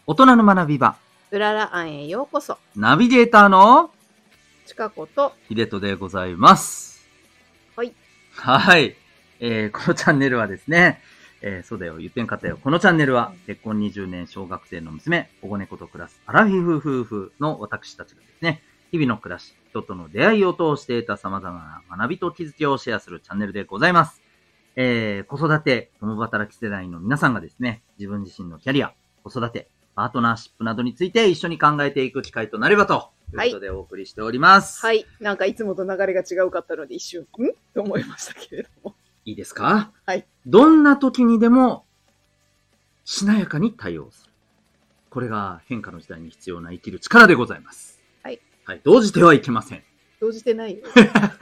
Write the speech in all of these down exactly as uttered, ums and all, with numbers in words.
大人の学び場、 うらら庵へようこそ。 ナビゲーターのちかこと秀人でございます。 はい。 はい。えー、このチャンネルはですね、えー、そうだよ、言ってんかったよ。このチャンネルは、結婚にじゅうねん小学生の娘、保護猫と暮らすアラフィフ夫婦の私たちがですね、日々の暮らし、人との出会いを通して得た様々な学びと気づきをシェアするチャンネルでございます。えー、子育て、共働き世代の皆さんがですね、自分自身のキャリア、子育て、パートナーシップなどについて一緒に考えていく機会となればということでお送りしております。 はい。なんかいつもと流れが違うかったので一瞬、んと思いましたけれども。 いいですか？ はい。 どんな時にでも、しなやかに対応する。これが変化の時代に必要な生きる力でございます。 はい。 はい。動じてはいけません。 動じてないよ。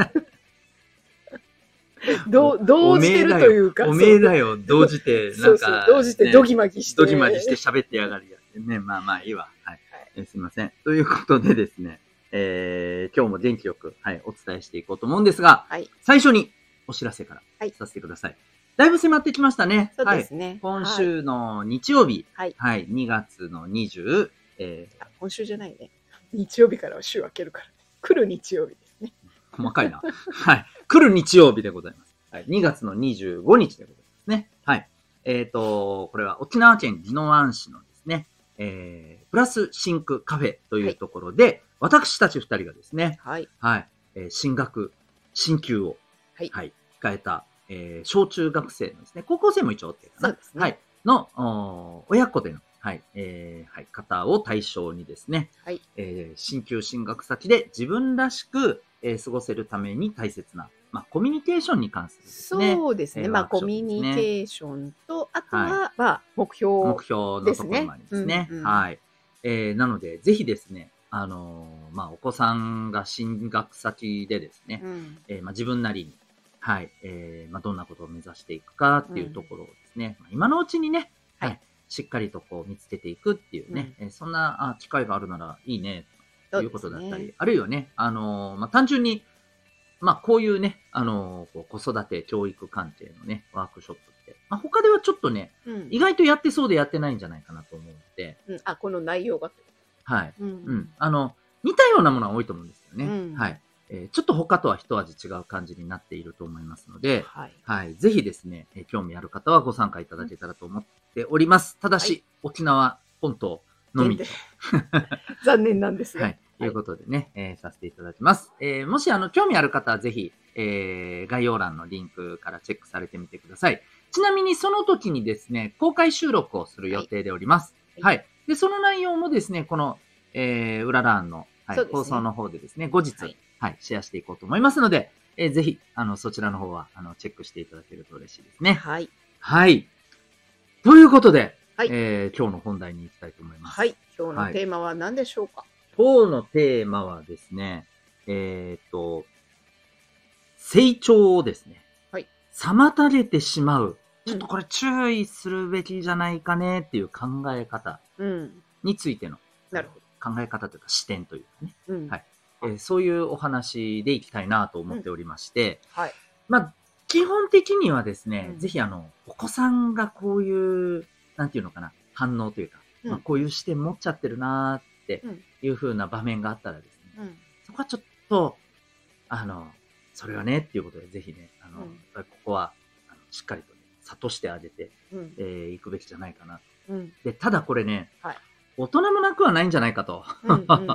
ど動じてるというか。 おめえだよ、動じて、なんか、ね。 そうそう、動じてドギマギして。 ドギマギして喋ってやがるやつね。まあまあいいわ。はい。はい、えすいません。ということでですね、えー、今日も元気よく、はい、お伝えしていこうと思うんですが、はい、最初にお知らせからさせてください。はい、だいぶ迫ってきましたね。 そうですね。はい、 今週の日曜日、 はい、 はい、にがつのにじゅう、えー、あ、今週じゃないね。日曜日からは週明けるから、ね、来る日曜日ですね。 細かいな。はい。来る日曜日でございます。はい。にがつのにじゅうごにちでございますね。はい。えっと、これは沖縄県宜野湾市のですね、えー、プラスシンクカフェというところで、はい、私たち二人がですね、はい。はい。えー、進学、進級を、はい。はい。控えた、えー、小中学生のですね、高校生も一応 OK かな。そうですね。はい。の、親子での、はい、えー、はい、方を対象にですね、はい。えー、進級進学先で自分らしく、えー、過ごせるために大切な、まあ、コミュニケーションに関するですね。 そうですね。えー、まあ、コミュニケーションと、あとは、はい、まあ、目標、ね。 目標のところもありますね。うんうん、はい。えー、なので、ぜひですね、あのー、まあ、お子さんが進学先でですね、うん、えー、まあ、自分なりに、はい、えー、まあ、どんなことを目指していくかっていうところをですね、うん、今のうちにね、はい、はい、しっかりとこう見つけていくっていうね、うん、えー、そんなあ機会があるならいいね、ということだったり、ね、あるいはね、あのー、まあ、単純に、まあ、こういうね、あのー、子育て、教育関係のね、ワークショップって、まあ、他ではちょっとね、うん、意外とやってそうでやってないんじゃないかなと思うので。 うん、あ、この内容が。 はい。うん、うん。あの、似たようなものは多いと思うんですよね。うん、はい。えー、ちょっと他とは一味違う感じになっていると思いますので、はい。はい。ぜひですね、えー、興味ある方はご参加いただけたらと思っております。ただし、はい、沖縄本島のみ。 残念なんですが。 はい。ということでね、えー、させていただきます。えー、もし、あの、興味ある方はぜひ、えー、概要欄のリンクからチェックされてみてください。ちなみにその時にですね、公開収録をする予定でおります。はい。はい、で、その内容もですね、この、えー、うららんの、はい、ね、放送の方でですね、後日、はい、はい、シェアしていこうと思いますので、えー、ぜひ、あの、そちらの方は、あの、チェックしていただけると嬉しいですね。はい。はい。ということで、はい、えー、今日の本題に行きたいと思います。 はい。今日のテーマは何でしょうか？ はい、今日のテーマはですね、えー、っと、成長をですね、はい、妨げてしまう、ちょっとこれ注意するべきじゃないかねっていう考え方についての、うん、なるほど。考え方というか視点というかね、うん、はい、えー、そういうお話でいきたいなと思っておりまして、うん、はい、まあ、基本的にはですね、うん、ぜひあの、お子さんがこういう、なんていうのかな、反応というか、うん、まあ、こういう視点持っちゃってるなっていう風な場面があったらですね、うん、そこはちょっと、あの、それはねっていうことでぜひね、あの、うん、ここはあのしっかりとね、諭してあげて、うん、えー、いくべきじゃないかなと、うん。で、ただこれね、はい、大人もなくはないんじゃないかと。 うんうんうんうん、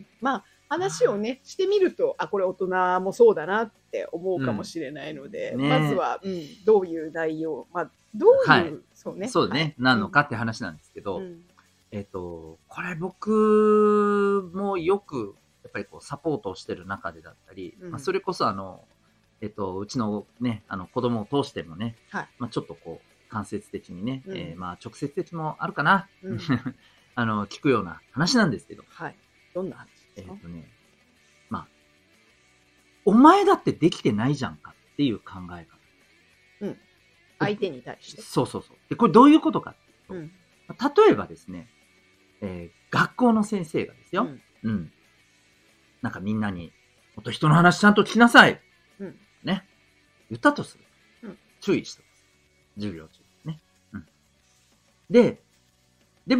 まあ、話をね、してみると、あ、これ大人もそうだなって思うかもしれないので、うんね、まずは、うん、どういう内容、まあ、どういう、はい、 そうね。そうね、はい、なのかって話なんですけど、うん、えっと、これ僕もよく、やっぱりこうサポートをしてる中でだったり、うん、まあ、それこそあの、えっと、うちのね、あの子供を通してもね、はい、まあちょっとこう、間接的にね、うん、えー、まあ直接的もあるかな、うん、あの、聞くような話なんですけど。 はい。どんな話ですか？ えっとね、まあ、お前だってできてないじゃんかっていう考え方。 うん。相手に対して。 そうそうそう。で、これどういうことかっていうと、うん、例えばですね、えー、学校の先生がですよ、うん、うん。なんかみんなに、もっと人の話ちゃんと聞きなさい。うん、ね。言ったとする。うん、注意してます。授業中ね。うん。で、でも、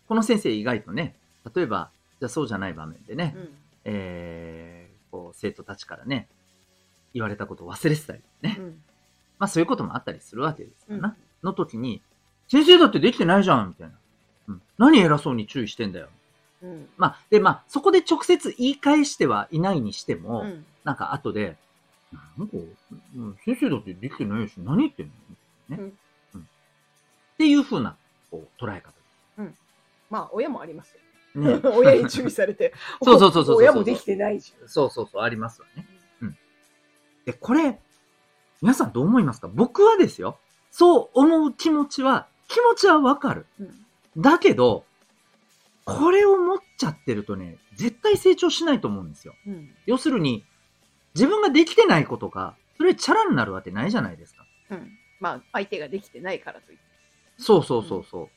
この先生意外とね、例えば、じゃあそうじゃない場面でね、 うん。 えー、こう、生徒たちからね、言われたことを忘れてたりね。 うん。 まあそういうこともあったりするわけですからな。 うんの時に、先生だってできてないじゃんみたいな。うん。何偉そうに注意してんだよ。 うん。 まあ、で、まあ、そこで直接言い返してはいないにしても、 うん。 なんか後で、なんか、うん先生だってできてないし、何言ってんのね、 うんうん。っていう風な、こう、捉え方。 うん。まあ、親もありますよ。 ね。 親に注意されて、 そうそうそうそうそう。 親もできてないし。 そうそうそう、ありますよね。うん。で、これ、皆さんどう思いますか？僕はですよ、そう思う気持ちは、気持ちはわかる。 うん。 だけど、これを持っちゃってるとね、絶対成長しないと思うんですよ。 うん。 要するに、自分ができてないことが、それチャラになるわけないじゃないですか。 うん。まあ、相手ができてないからといって。 そうそうそうそう。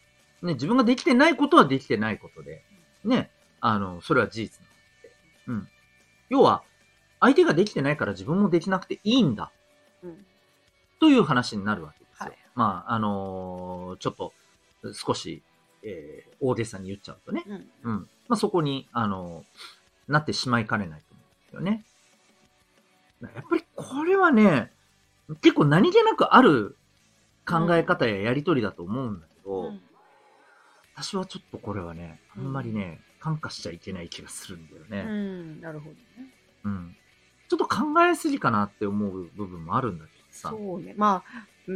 ね、自分ができてないことはできてないことで、ね、あの、それは事実なので。うん。要は、相手ができてないから自分もできなくていいんだ。 うん。 という話になるわけですよ。 はい。 まあ、あのーちょっと、少し、えー、大げさに言っちゃうとね。 うん。 うん。まあ、そこに、あのーなってしまいかねないと思うんですよね。やっぱりこれはね、結構何気なくある考え方ややりとりだと思うんだけど、 うん。 私はちょっとこれはね、あんまりね、感化しちゃいけない気がするんだようね。 ん。なるほどね。 うん。ちょっと考えすぎかなって思う部分もあるんだけどさ。 そうね。まあ、うん、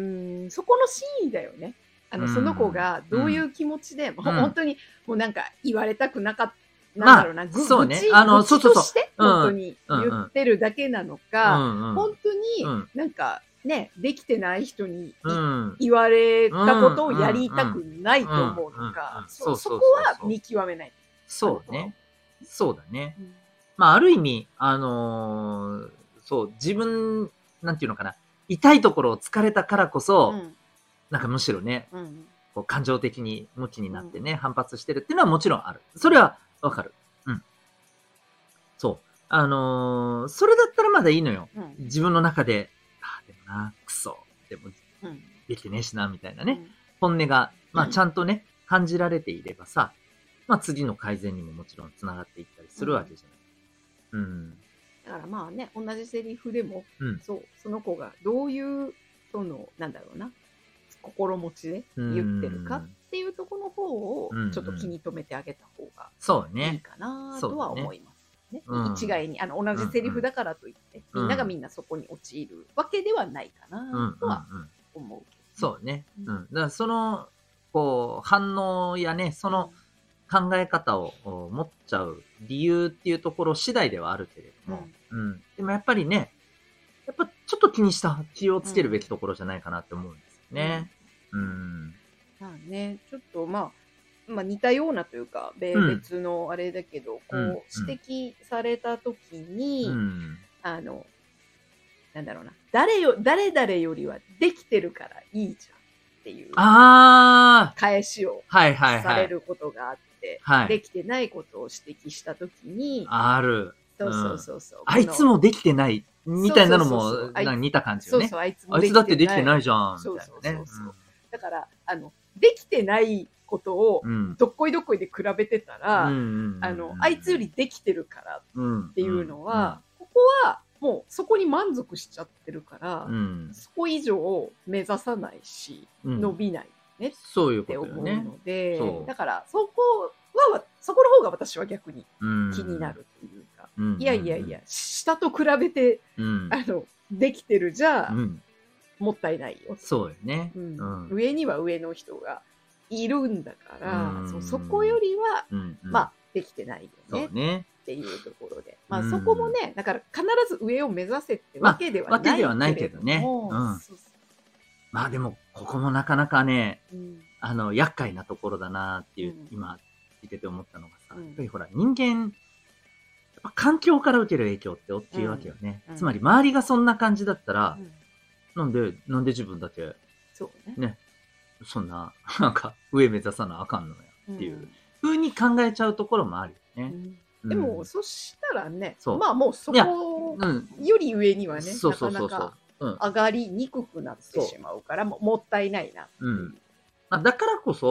そこの真意だよね。あの、 うんその子がどういう気持ちで、ほうん本当にもうなんか言われたくなかった。なんまあだろうな、ぐそうね愚痴あの愚痴そうそうそうとしてうん本当に言ってるだけなのうか、 んうん。 本当うにんなんかね、できてない人にいうん。 言われたことをやりたくないと思うのうんうんうんか、 そそうそうそうそうそこは見極めない。 そうね。そうだね。 うんまあ、ある意味、あのーそう、自分、なんていうのかな、痛いところを疲れたからこそ、 うんなんかむしろね、 うんこう感情的に向きになってね、反発してるっていうのはもちろんある。それはわかる。うん。そう。あのーそれだったらまだいいのよ。 うん自分の中で、ああ、でもな、クソ。でも、 うんできてねえしな、みたいなね。 うん本音が、まあうんちゃんとね、感じられていればさ、まあ次の改善にももちろん繋がっていったりするわけじゃない。うん。 だからまあね、同じセリフでも、 うん。 そう、その子がどういう、その、なんだろうな、心持ちで言ってるかっていうところの方をうん、 ちょっと気に留めてあげた方がいいそうね。 かなそうだねとは思いますね。 うん一概に、あの、同じセリフだからといって、 うんみんながみんなそこに陥るわけではないかうんうんなとはうん。 思うけど、 そうね。 うんうん。だからその、こう、反応やね、その考え方をお持っちゃう理由っていうところ次第ではあるけれども、うん。でもやっぱりね、やっぱちょっと気にした、気をつけるべきところじゃないかなって思うんですよね。うん。 まあね、ちょっとまあ、まあ似たようなというか、べうん別のあれだけど、こうんう指摘された時に、 うん。 あの、なんだろうな、誰よ、誰々よりはできてるからいいじゃんっていうあー。 返しをはいはいさはい。 れることがあって、 はいできてないことを指摘した時に、 ある。 そうそうそうそう。 あいつもできてない、みたいなのもそうそうそうそう、 なんか似た感じよね。 そうそう、あいつもあいつだってできてないじゃん、 そうそみたいうなねそう。そう。だから、あの、できてないことをうん。 どっこいどっこいで比べてたら、 うんあの、あいつよりできてるからっっていうのは、ここはもうそこに満足しちゃってるから、 うん、 そこ以上目指さないし、 うん伸びないねっそういうこて思うとよね。 ので、 そうだからそこは、そこの方が私は逆にうん気になるというか、 うんいやいやいや、下と比べて、 うん。 あの、できてるじゃ、 うん。 もったいないよ。 そうよね。 うんうん上には上の人がいるんだから、 うんそうそこよりは、 うんうんまあ、できてないよそねうね。 っていうところで。まあ、 うんそこもね、だから必ず上を目指せってわけではまあないわけではないけけどねれどもうんそうそまあでも、ここもなかなかね、 ううんあの、厄介なところだなっていう、 うん今、聞いてて思ったのがさ、 うんやっぱりほら、人間、やっぱ環境から受ける影響って大きいわけよね。 うんつまり、周りがそんな感じだったらう、んなんで、なんで自分だけ、 そうね。 ね、そんな、なんか、上目指さなあかんのや、っていううん風に考えちゃうところもあるよね。 うんでも、そしたらね、 そうまあもうそいやこうん。 より上にはね、 そうなかなそうそうそうか。 うん。 上がりにくくなってしまうから、ももったいないなっていう。 うんまあ、だからこそ、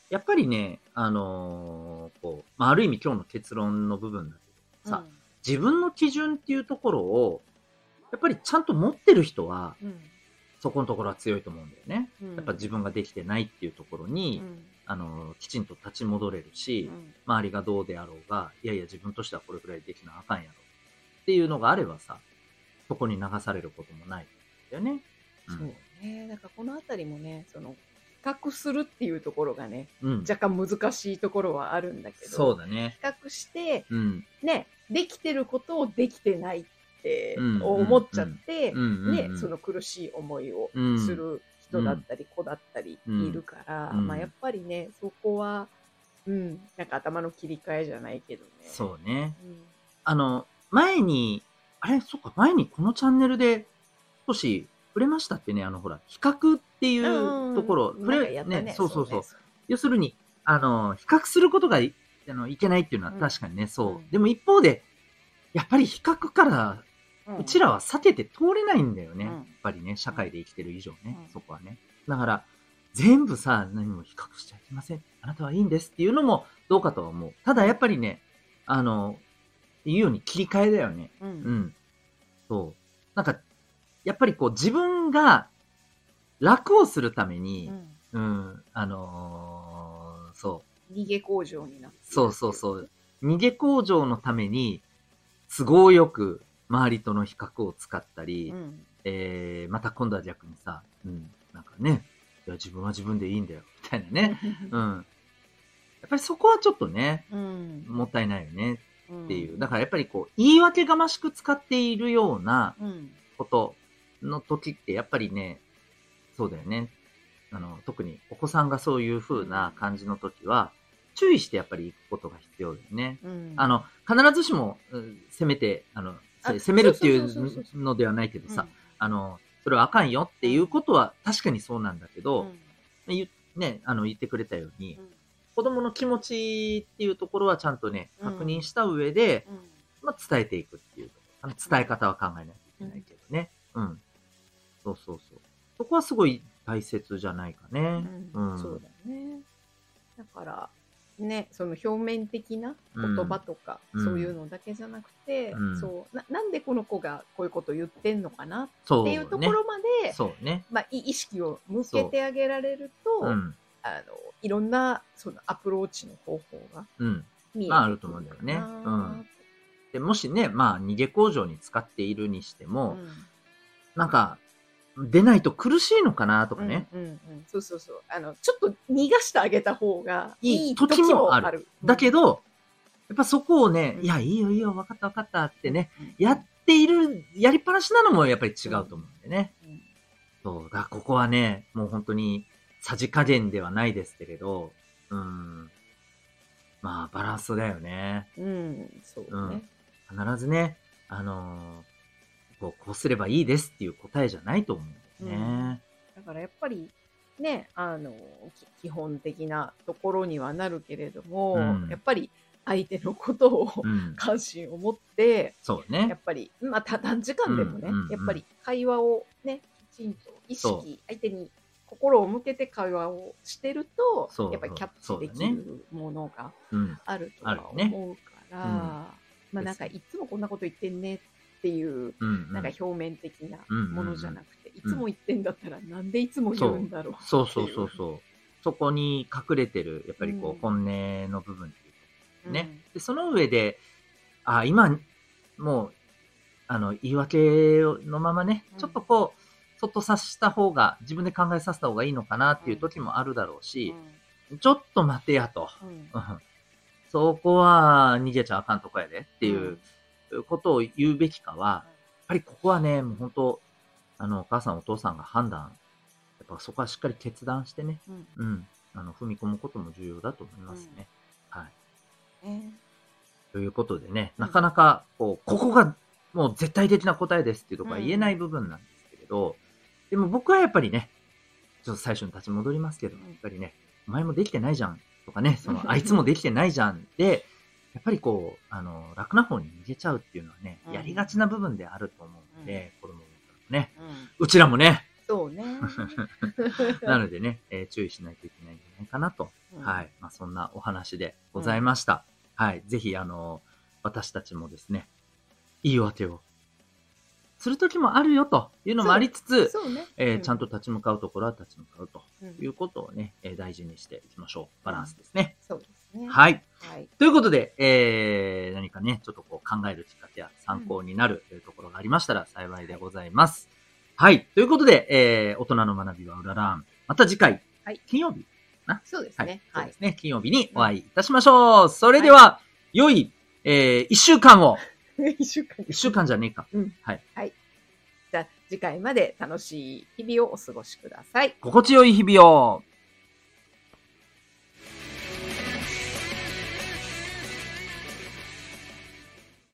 やっぱりね、あのーこう、まあ、ある意味今日の結論の部分だけどさ、 うん。 自分の基準っていうところを、やっぱりちゃんと持ってる人は、 うん。 そこのところは強いと思うんだよね。 うん。 やっぱ自分ができてないっていうところに、 うん。 あのーきちんと立ち戻れるし、 うん。 周りがどうであろうが、いやいや自分としてはこれくらいできなあかんやろっていうのがあればさ、そこに流されることもないんだよね。うそうん。 ね。なんかこのあたりもね、その、比較するっていうところがね、 うん。 若干難しいところはあるんだけど、 そうだね。 比較して、 うん。 ね、できてることをできてないってうん。 思っちゃっうん。 て、 うん。うん。 ね、 うん。 その苦しい思いをうんする人だっうん。 たり子だったりうん。 いるかうら、まあやっん。 ぱりね、そこは、うん、なんか頭の切り替えじゃないけどね。 そうね。 うん。 あの、前に、あれ、そっか、前にこのチャンネルで少し触れましたっけね、あの、ほら、比較ってういうとこんろ、 うん。なんか触れ、ね、 やったね。 そうそうそう。 そうね。そう要するに、あの、比較することがい、あの、いけないっていうのはうん。 確かにね、 うそう。 ん。 でも一方で、やっぱり比較から、 うん。 うちらは避けて通れないんだよね。 うん。 やっぱりね、社会で生きてる以上ね、 うん。 そこはね。だから、全部さ、何も比較しちゃいけません。あなたはいいんですっていうのもどうかとは思う。ただやっぱりね、あの、言うように切り替えだよね。 うん。 うん。そう。なんか、やっぱりこう自分が楽をするためうに、 ん。 うん、あのーそう。 逃げ工場になっていそうるっていう。 そうそう。逃げ工場のために、都合よく周りとの比較を使ったり、 うん。 えー、また今度は逆にさ、うん、なんかね、いや自分は自分でいいんだよ、みたいなね。うん。やっぱりそこはちょっとね、 うん。 もったいないよねうっていう。 ん。 だからやっぱりこう、言い訳がましく使っているようなうん。 ことの時って、やっぱりね、そうだよね。あの、特にお子さんがそういう風な感じの時は、注意してやっぱり行くことが必要だよね。 うん。 あの、必ずしも、うん攻めて、あの、 あ、 せ攻めるっていそうそうそうそうそううのではないけどさ、 うん。 あの、それはあかんよっていうことは確かにそうなんだけど、 うん。 ゆね、あの、言ってくれたように、 うん。 子供の気持ちっていうところはちゃんとね、 うん。 確認した上で、 うん。 まあ、伝えていくっていうところ。あの伝え方は考えないといけないけどね。うん。そうそうそう。そこはすごい大切じゃないかうね。 ん。 うん。 そうだね。だから、ね、その表面的なうん言葉とか、 うんそういうのだけじゃなくて、 うんそうな、なんでこの子がこういうこと言ってんのかなっていうそうね。 ところまで、 そうね。 まあ、い意識を向けてあげられると、 うん。 あのいろんなそのアプローチの方法がうん。 見えまあ、あるとてくるか思うんだよね。うな。 ん。で、もしね、まあ、逃げ工場に使っているにしても、 うんなんか、出ないと苦しいのかなとかね。 うんうんうん、そうそうそう。あの、ちょっと逃がしてあげた方がいいいい時時もある。 もある。 だけど、やっぱそこをね、 うんいや、いいよいいよ、分かった分かったってね、 うんやっている、やりっぱなしなのもやっぱり違うと思うんでね。 うんそう。だからここはね、もう本当に、さじ加減ではないですけれど、うん。まあ、バランスだよね。 うん、うん、そうね。 必ずね、あのーこう、こうすればいいですっていう答えじゃないと思うんだよね。 だからやっぱりね、あの、き基本的なところにはなるけれども、 うんやっぱり相手のことをうん。 関心を持って、 そうね。 やっぱり、まあ、た短時間でもね、 うんうんうんやっぱり会話をね、きちんと意そ識、相手に心を向けて会話をしてるとそう、 やっぱりキャッそうだねチできるものがうん。 あるとはあるね思うから、 うんまあなんかいつもこんなこと言ってんねっていう、 うん、うん。 なんか表面的なうんうんうんものじゃなくて、いつも言ってんだったらなんでいつも言うんだろうっていそうそうそうそう。そこに隠れてる、やっぱりこう、 うん本音の部分っていううんかね。で、その上で、あ、今、もう、あの、言い訳のままね、 うんちょっとこう、そっとさした方が、自分で考えさせた方がいいのかなっていう時もあるだろうし、ちょっと待てやと。 うんうんそこは逃げちゃあかんとこやでっていうことを言うべきかは、やっぱりここはね、もう本当、あの、お母さんお父さんが判断、やっぱそこはしっかり決断してね、 うんうん、あの、踏み込むことも重要だと思いますね。はい。 ねということでね、 うんなかなか、こう、ここがもう絶対的な答えですっていうところは言えない部分なんですけれど、でも僕はやっぱりね、ちょっと最初に立ち戻りますけど、やっぱりね、お前もできてないじゃんとかね、その、あいつもできてないじゃんで、やっぱりこう、あの、楽な方に逃げちゃうっていうのはね、 うんやりがちな部分であると思うので、子供の頃ね、 うんうちらもね、 そうね。 なのでね、えー注意しないといけないんじゃないかなとうん、 はい。まあ、そんなお話でございました。うん、はい。ぜひ、あの、私たちもですね、いいお当てをするときもあるよというのもありつつ、 そうね、 えーうん、 ちゃんと立ち向かうところは立ち向かうということをね、えー大事にしていきましょう。バランスですね。 うん、そうですね。 はい。 はい。 ということで、えー、何かね、ちょっとこう考えるきっかけや参考になるところがありましたら幸いでございます。はい。はい、ということで、えー、大人の学びはうららん。また次回、はい、金曜日かな。 そうですね。 はい。そうですね。金曜日にお会いいたしましょう。うん、それでは、はい、良い、えー、一週間を。 一週間。 一週間じゃねえか。 うん。 はい。 はい。じゃあ、次回まで楽しい日々をお過ごしください。 心地よい日々を。